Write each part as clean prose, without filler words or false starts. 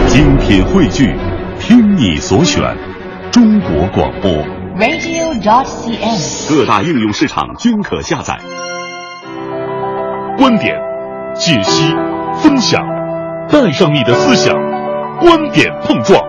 精品汇聚，听你所选，中国广播 radio.cn， 各大应用市场均可下载。观点、解析、分享，带上你的思想，观点碰撞。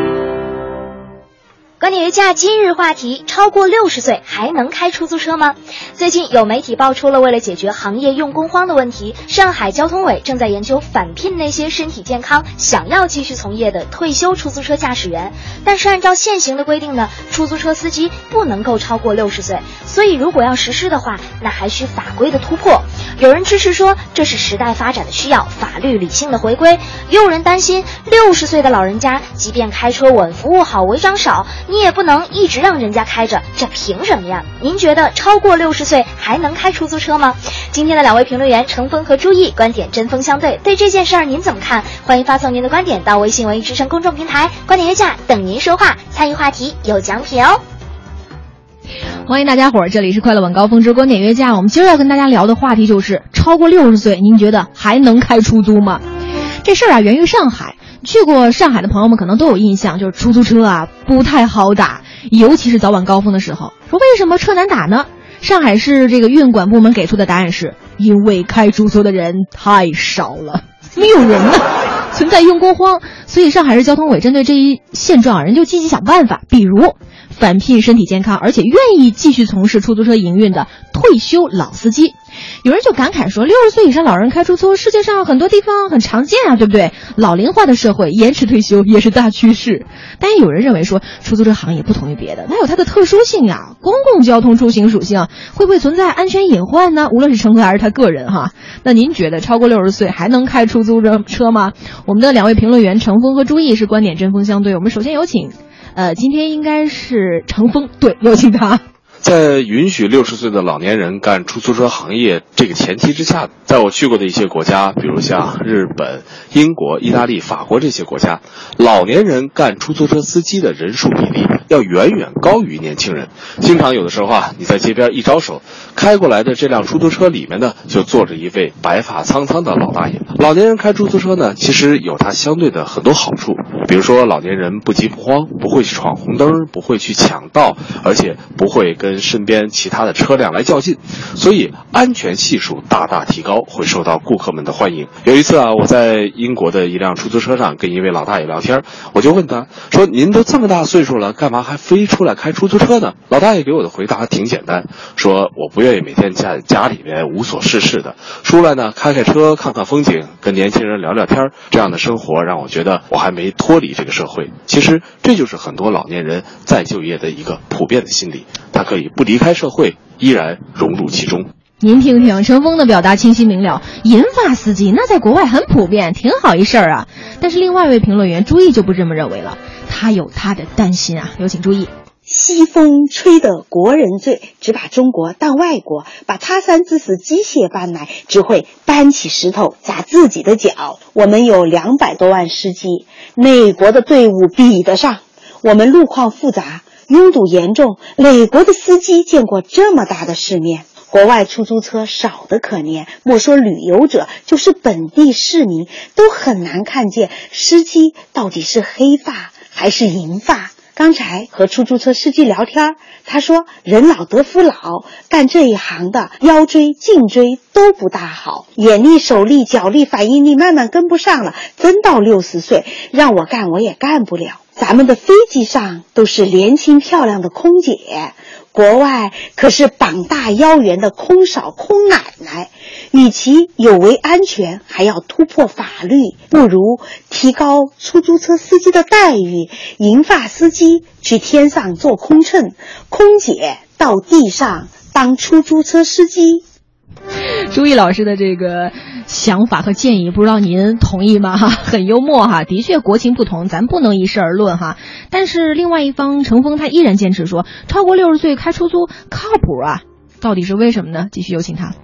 观点约架今日话题：超过60岁还能开出租车吗？最近有媒体爆出了，为了解决行业用工荒的问题，上海交通委正在研究返聘那些身体健康、想要继续从业的退休出租车驾驶员。但是按照现行的规定呢，出租车司机不能够超过60岁，所以如果要实施的话，那还需法规的突破。有人支持说这是时代发展的需要，法律理性的回归；也有人担心60岁的老人家即便开车稳、服务好、违章少，你也不能一直让人家开着，这凭什么呀？您觉得超过60岁还能开出租车吗？今天的两位评论员程峰和朱毅观点针锋相对，对这件事儿您怎么看？欢迎发送您的观点到微信文艺之声公众平台观点约架等您说话，参与话题有奖品哦。 欢迎大家伙儿，这里是快乐晚高峰之观点约架。我们今儿要跟大家聊的话题就是超过60岁，您觉得还能开出租吗？这事儿啊，源于上海。去过上海的朋友们可能都有印象，就是出租车啊不太好打，尤其是早晚高峰的时候。说为什么车难打呢？上海市这个运管部门给出的答案是，因为开出租的人太少了，没有人呢，存在用工荒。所以上海市交通委针对这一现状，人就积极想办法，比如返聘身体健康而且愿意继续从事出租车营运的退休老司机。有人就感慨说，60岁以上老人开出租，世界上很多地方很常见啊，对不对？老龄化的社会，延迟退休也是大趋势。但也有人认为说，出租车行业不同于别的，它有它的特殊性呀，公共交通出行属性，会不会存在安全隐患呢？无论是乘客还是他个人哈。那您觉得超过60岁还能开出租车吗？我们的两位评论员程峰和朱毅是观点针锋相对。我们首先有请今天应该是程峰，对，有请他。 在允许60岁的老年人干出租车行业这个前提之下，在我去过的一些国家，比如像日本、英国、意大利、法国这些国家，老年人干出租车司机的人数比例要远远高于年轻人。经常有的时候啊，你在街边一招手，开过来的这辆出租车里面呢，就坐着一位白发苍苍的老大爷。老年人开出租车呢，其实有它相对的很多好处，比如说老年人不急不慌，不会去闯红灯，不会去抢道，而且不会跟身边其他的车辆来较劲，所以安全系数大大提高，会受到顾客们的欢迎。有一次啊，我在英国的一辆出租车上跟一位老大爷聊天，我就问他说，您都这么大岁数了，干嘛还非出来开出租车呢？老大爷给我的回答挺简单，说我不愿意每天在家里面无所事事的，出来呢开开车看看风景，跟年轻人聊聊天，这样的生活让我觉得我还没脱离这个社会。其实这就是很多老年人再就业的一个普遍的心理，他可以不离开社会，依然融入其中。 您听听程峰的表达清晰明了，银发司机那在国外很普遍，挺好一事儿啊。但是另外一位评论员朱毅就不这么认为了，他有他的担心啊。有请朱毅。 西风吹得国人醉，只把中国当外国，把他山之石机械搬来，只会搬起石头砸自己的脚。我们有200多万司机，哪国的队伍比得上？我们路况复杂，拥堵严重，哪国的司机见过这么大的世面？国外出租车少得可怜，莫说旅游者，就是本地市民都很难看见司机到底是黑发还是银发。刚才和出租车司机聊天，他说人老得夫老，干这一行的腰椎颈椎都不大好，眼力手力脚力反应力慢慢跟不上了，真到60岁让我干我也干不了。咱们的飞机上都是年轻漂亮的空姐，国外可是膀大腰圆的空嫂空奶奶。与其有违安全还要突破法律，不如提高出租车司机的待遇，银发司机去天上做空乘，空姐到地上当出租车司机。 朱毅老师的这个想法和建议，不知道您同意吗？很幽默哈，的确国情不同，咱不能一事而论哈。但是另外一方程峰他依然坚持说，超过60岁开出租靠谱啊，到底是为什么呢？继续有请他。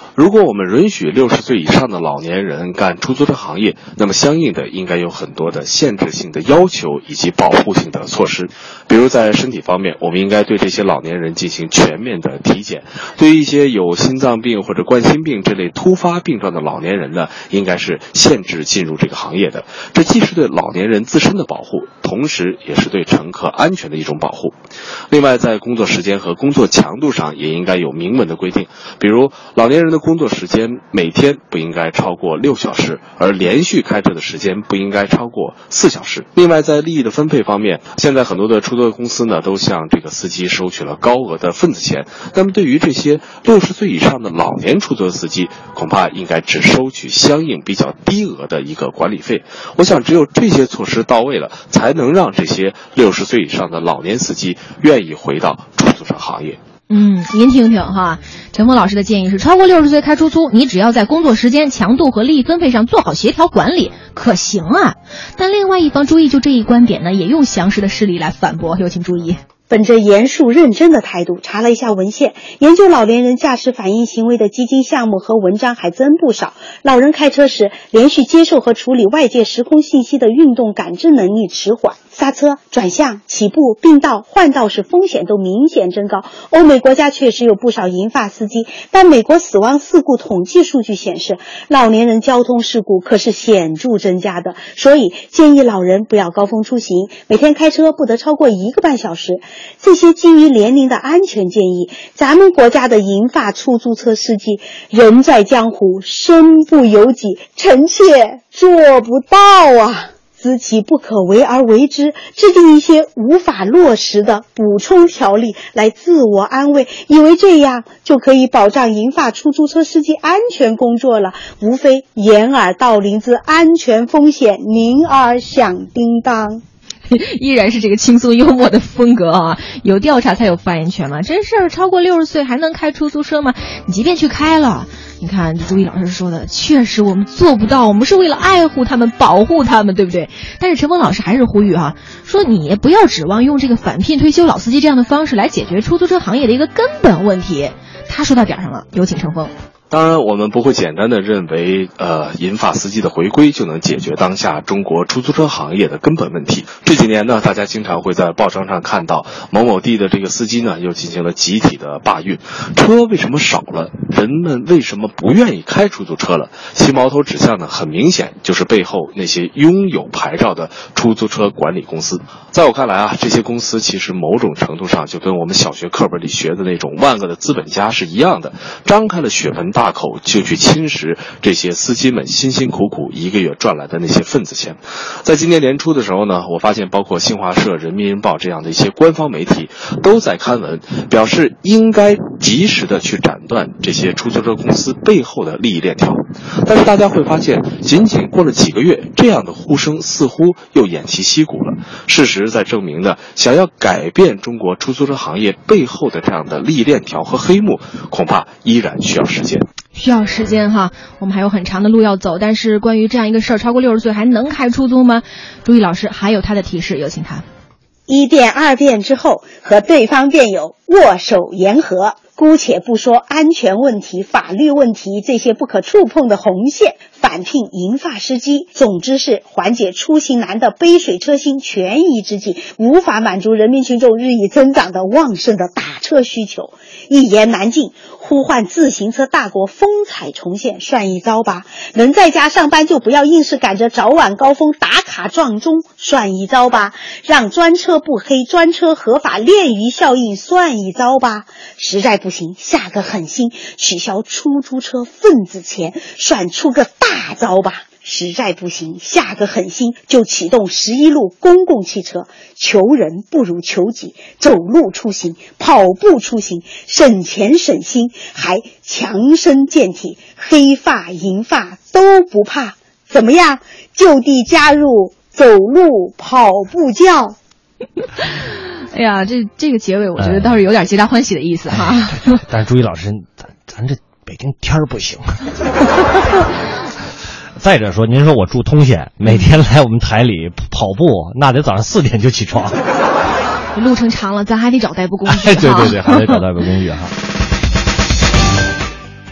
如果我们允许60岁以上的老年人干出租车行业，那么相应的应该有很多的限制性的要求以及保护性的措施。比如在身体方面，我们应该对这些老年人进行全面的体检。对于一些有心脏病或者冠心病这类突发病状的老年人呢，应该是限制进入这个行业的。这既是对老年人自身的保护，同时也是对乘客安全的一种保护。另外，在工作时间和工作强度上也应该有明文的规定，比如老年人的工作时间每天不应该超过6小时，而连续开车的时间不应该超过4小时。另外，在利益的分配方面，现在很多的出租车公司呢都向这个司机收取了高额的份子钱，那么对于这些60岁以上的老年出租车司机，恐怕应该只收取相应比较低额的一个管理费。我想只有这些措施到位了，才能让这些60岁以上的老年司机愿意回到出租车行业。 您听听哈，陈峰老师的建议是，超过60岁开出租，你只要在工作时间、强度和利益分配上做好协调管理，可行啊。但另外一方注意，就这一观点呢，也用详实的事例来反驳，有请注意。 本着严肃认真的态度，查了一下文献，研究老年人驾驶反应行为的基金项目和文章还真不少。老人开车时，连续接受和处理外界时空信息的运动感知能力迟缓，刹车、转向、起步、并道、换道时风险都明显增高。欧美国家确实有不少银发司机，但美国死亡事故统计数据显示，老年人交通事故可是显著增加的。所以建议老人不要高峰出行，每天开车不得超过1个半小时。这些基于年龄的安全建议，咱们国家的银发出租车司机人在江湖，身不由己，臣妾做不到啊！知其不可为而为之，制定一些无法落实的补充条例来自我安慰，以为这样就可以保障银发出租车司机安全工作了，无非掩耳盗铃之安全风险，铃儿响叮当。 依然是这个轻松幽默的风格啊！有调查才有发言权嘛，这事儿超过60岁还能开出租车吗？你即便去开了，你看朱毅老师说的，确实我们做不到，我们是为了爱护他们，保护他们，对不对？但是陈峰老师还是呼吁啊，说你不要指望用这个返聘退休老司机这样的方式来解决出租车行业的一个根本问题。他说到点上了，有请陈峰。 当然，我们不会简单的认为，银发司机的回归就能解决当下中国出租车行业的根本问题。这几年呢，大家经常会在报章上看到某某地的这个司机呢，又进行了集体的罢运，车为什么少了？人们为什么不愿意开出租车了？其矛头指向呢，很明显就是背后那些拥有牌照的出租车管理公司。在我看来啊，这些公司其实某种程度上就跟我们小学课本里学的那种万恶的资本家是一样的，张开了血盆大口就去侵蚀这些司机们辛辛苦苦一个月赚来的那些份子钱。在今年年初的时候呢，我发现包括新华社、人民日报这样的一些官方媒体都在刊文，表示应该及时的去斩断这些出租车公司背后的利益链条。但是大家会发现，仅仅过了几个月，这样的呼声似乎又偃旗息鼓了。事实在证明呢，想要改变中国出租车行业背后的这样的利益链条和黑幕，恐怕依然需要时间。 需要时间哈，我们还有很长的路要走。但是关于这样一个事儿，超过60岁还能开出租吗？朱毅老师还有他的提示，有请他。 1辩2辩之后，和对方辩友握手言和。姑且不说安全问题、法律问题这些不可触碰的红线，返聘银发司机，总之是缓解出行难的杯水车薪权宜之计，无法满足人民群众日益增长的旺盛的打车需求。一言难尽，呼唤自行车大国风采重现，算一招吧。能在家上班就不要硬是赶着早晚高峰打卡撞钟，算一招吧。让专车不黑，专车合法，链鱼效应，算一招吧。实在不行，下个狠心，取消出租车份子钱，算出个大招吧。实在不行，下个狠心，就启动11路公共汽车，求人不如求己，走路出行、跑步出行，省钱省心，还强身健体，黑发银发都不怕。怎么样？就地加入走路跑步教。 哎呀，这个结尾我觉得倒是有点皆大欢喜的意思哈。 但是朱毅老师，咱这北京天儿不行。再者说，您说我住通县，每天来我们台里跑步，那得早上4点就起床。 路程长了，咱还得找代步工具。 对对对，还得找代步工具哈。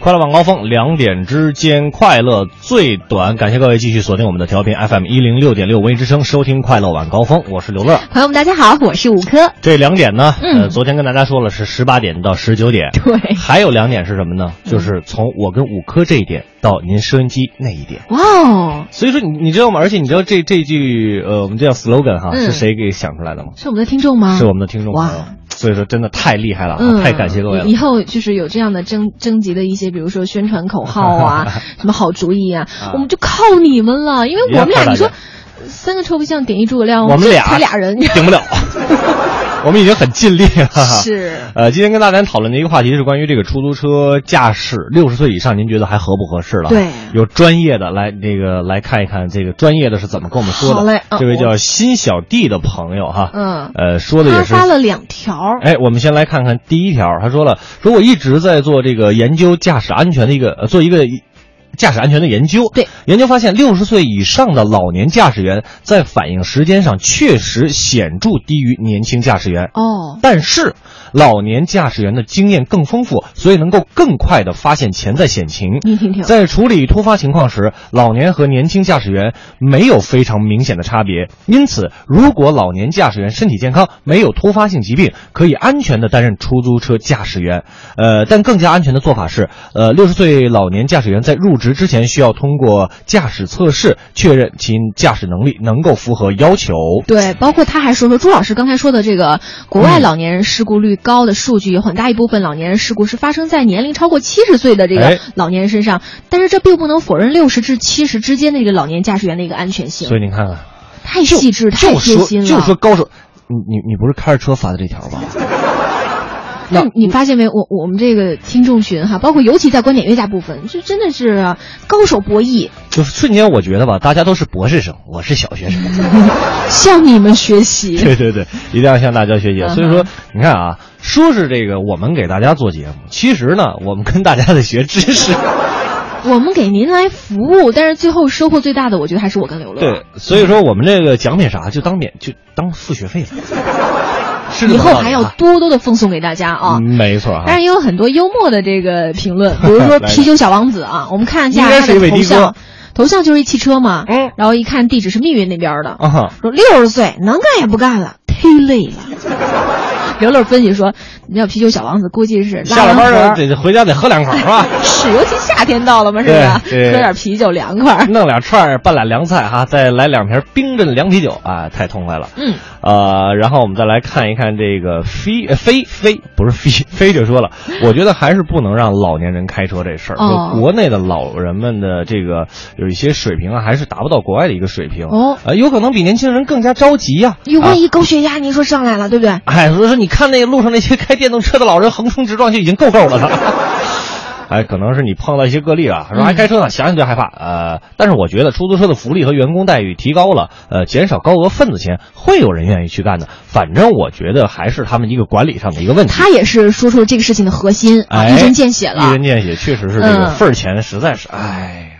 快乐晚高峰2点之间，快乐最短。感谢各位继续锁定我们的调频 FM 106.6文艺之声，收听快乐晚高峰，我是刘乐。 朋友们大家好，我是5科。 这2点呢，昨天跟大家说了是18点到19点， 对， 还有2点是什么呢？就是从我跟5科这一点到您收音机那一点。 哇哦！ 所以说你知道吗？而且你知道这句我们这叫 slogan 哈，是谁给想出来的吗？ 是我们的听众吗？ 是我们的听众朋友。所以说真的太厉害了，太感谢各位了。 以后就是有这样的征集的一些，比如说宣传口号啊，什么好主意啊，我们就靠你们了，因为我们俩，你说3个臭皮匠点一诸葛亮， 我们俩才俩人顶不了。我们已经很尽力了。 是。 今天跟大家讨论的一个话题是关于这个出租车驾驶60岁以上，您觉得还合不合适了？ 对。 有专业的来看一看这个专业的是怎么跟我们说的。 好嘞。 这位叫新小弟的朋友哈，说的也是。 他发了2条。 我们先来看看第一条，他说我一直在做这个研究驾驶安全的做一个驾驶安全的研究。 对， 研究发现60岁以上的老年驾驶员在反应时间上确实显著低于年轻驾驶员。但是老年驾驶员的经验更丰富，所以能够更快地发现潜在险情。 你听听， 在处理突发情况时，老年和年轻驾驶员没有非常明显的差别。因此，如果老年驾驶员身体健康，没有突发性疾病，可以安全地担任出租车驾驶员。但更加安全的做法是，60岁老年驾驶员在入职之前需要通过驾驶测试，确认其驾驶能力能够符合要求。 对，包括他还说朱老师刚才说的这个国外老年人事故率高的数据，有很大一部分老年人事故是发生在年龄超过70岁的这个老年人身上，但是这并不能否认60至70之间的这个老年驾驶员的一个安全性。 所以你看看， 太细致，太贴心了。 就说高手，你不是开着车发的这条吧？ 那你发现没？我们这个听众群哈，包括尤其在观点约架部分，就真的是高手博弈。 就是瞬间我觉得吧，大家都是博士生，我是小学生， 向你们学习。 对，一定要向大家学习。所以说，你看啊，说是这个我们给大家做节目，其实呢，我们跟大家在学知识。 我们给您来服务，但是最后收获最大的，我觉得还是我跟刘乐。 对，所以说我们这个奖品啥就当付学费了。 以后还要多多的奉送给大家啊！ 没错， 当然也有很多幽默的这个评论，比如说啤酒小王子啊，我们看一下他的头像就是一汽车嘛，然后一看地址是密云那边的，说60岁能干也不干了，忒累了。刘乐分析说，你知道啤酒小王子估计是下了班得回家得喝2口是吧？ 是，尤其夏天到了嘛，是吧？喝点啤酒凉快， 弄2串拌俩凉菜哈，再来2瓶冰镇凉啤酒啊，太痛快了。然后我们再来看一看这个飞就说了，我觉得还是不能让老年人开车这事儿。国内的老人们的这个有一些水平啊，还是达不到国外的一个水平。有可能比年轻人更加着急呀。 万一高血压，您说上来了，对不对？ 所以说你看那个路上那些开电动车的老人横冲直撞就已经够了他。可能是你碰到一些个例了，说还开车呢，想想就害怕。但是我觉得出租车的福利和员工待遇提高了，减少高额份子钱，会有人愿意去干的。反正我觉得还是他们一个管理上的一个问题。 他也是说出了这个事情的核心，一针见血了。 一针见血，确实是这个份儿钱实在是，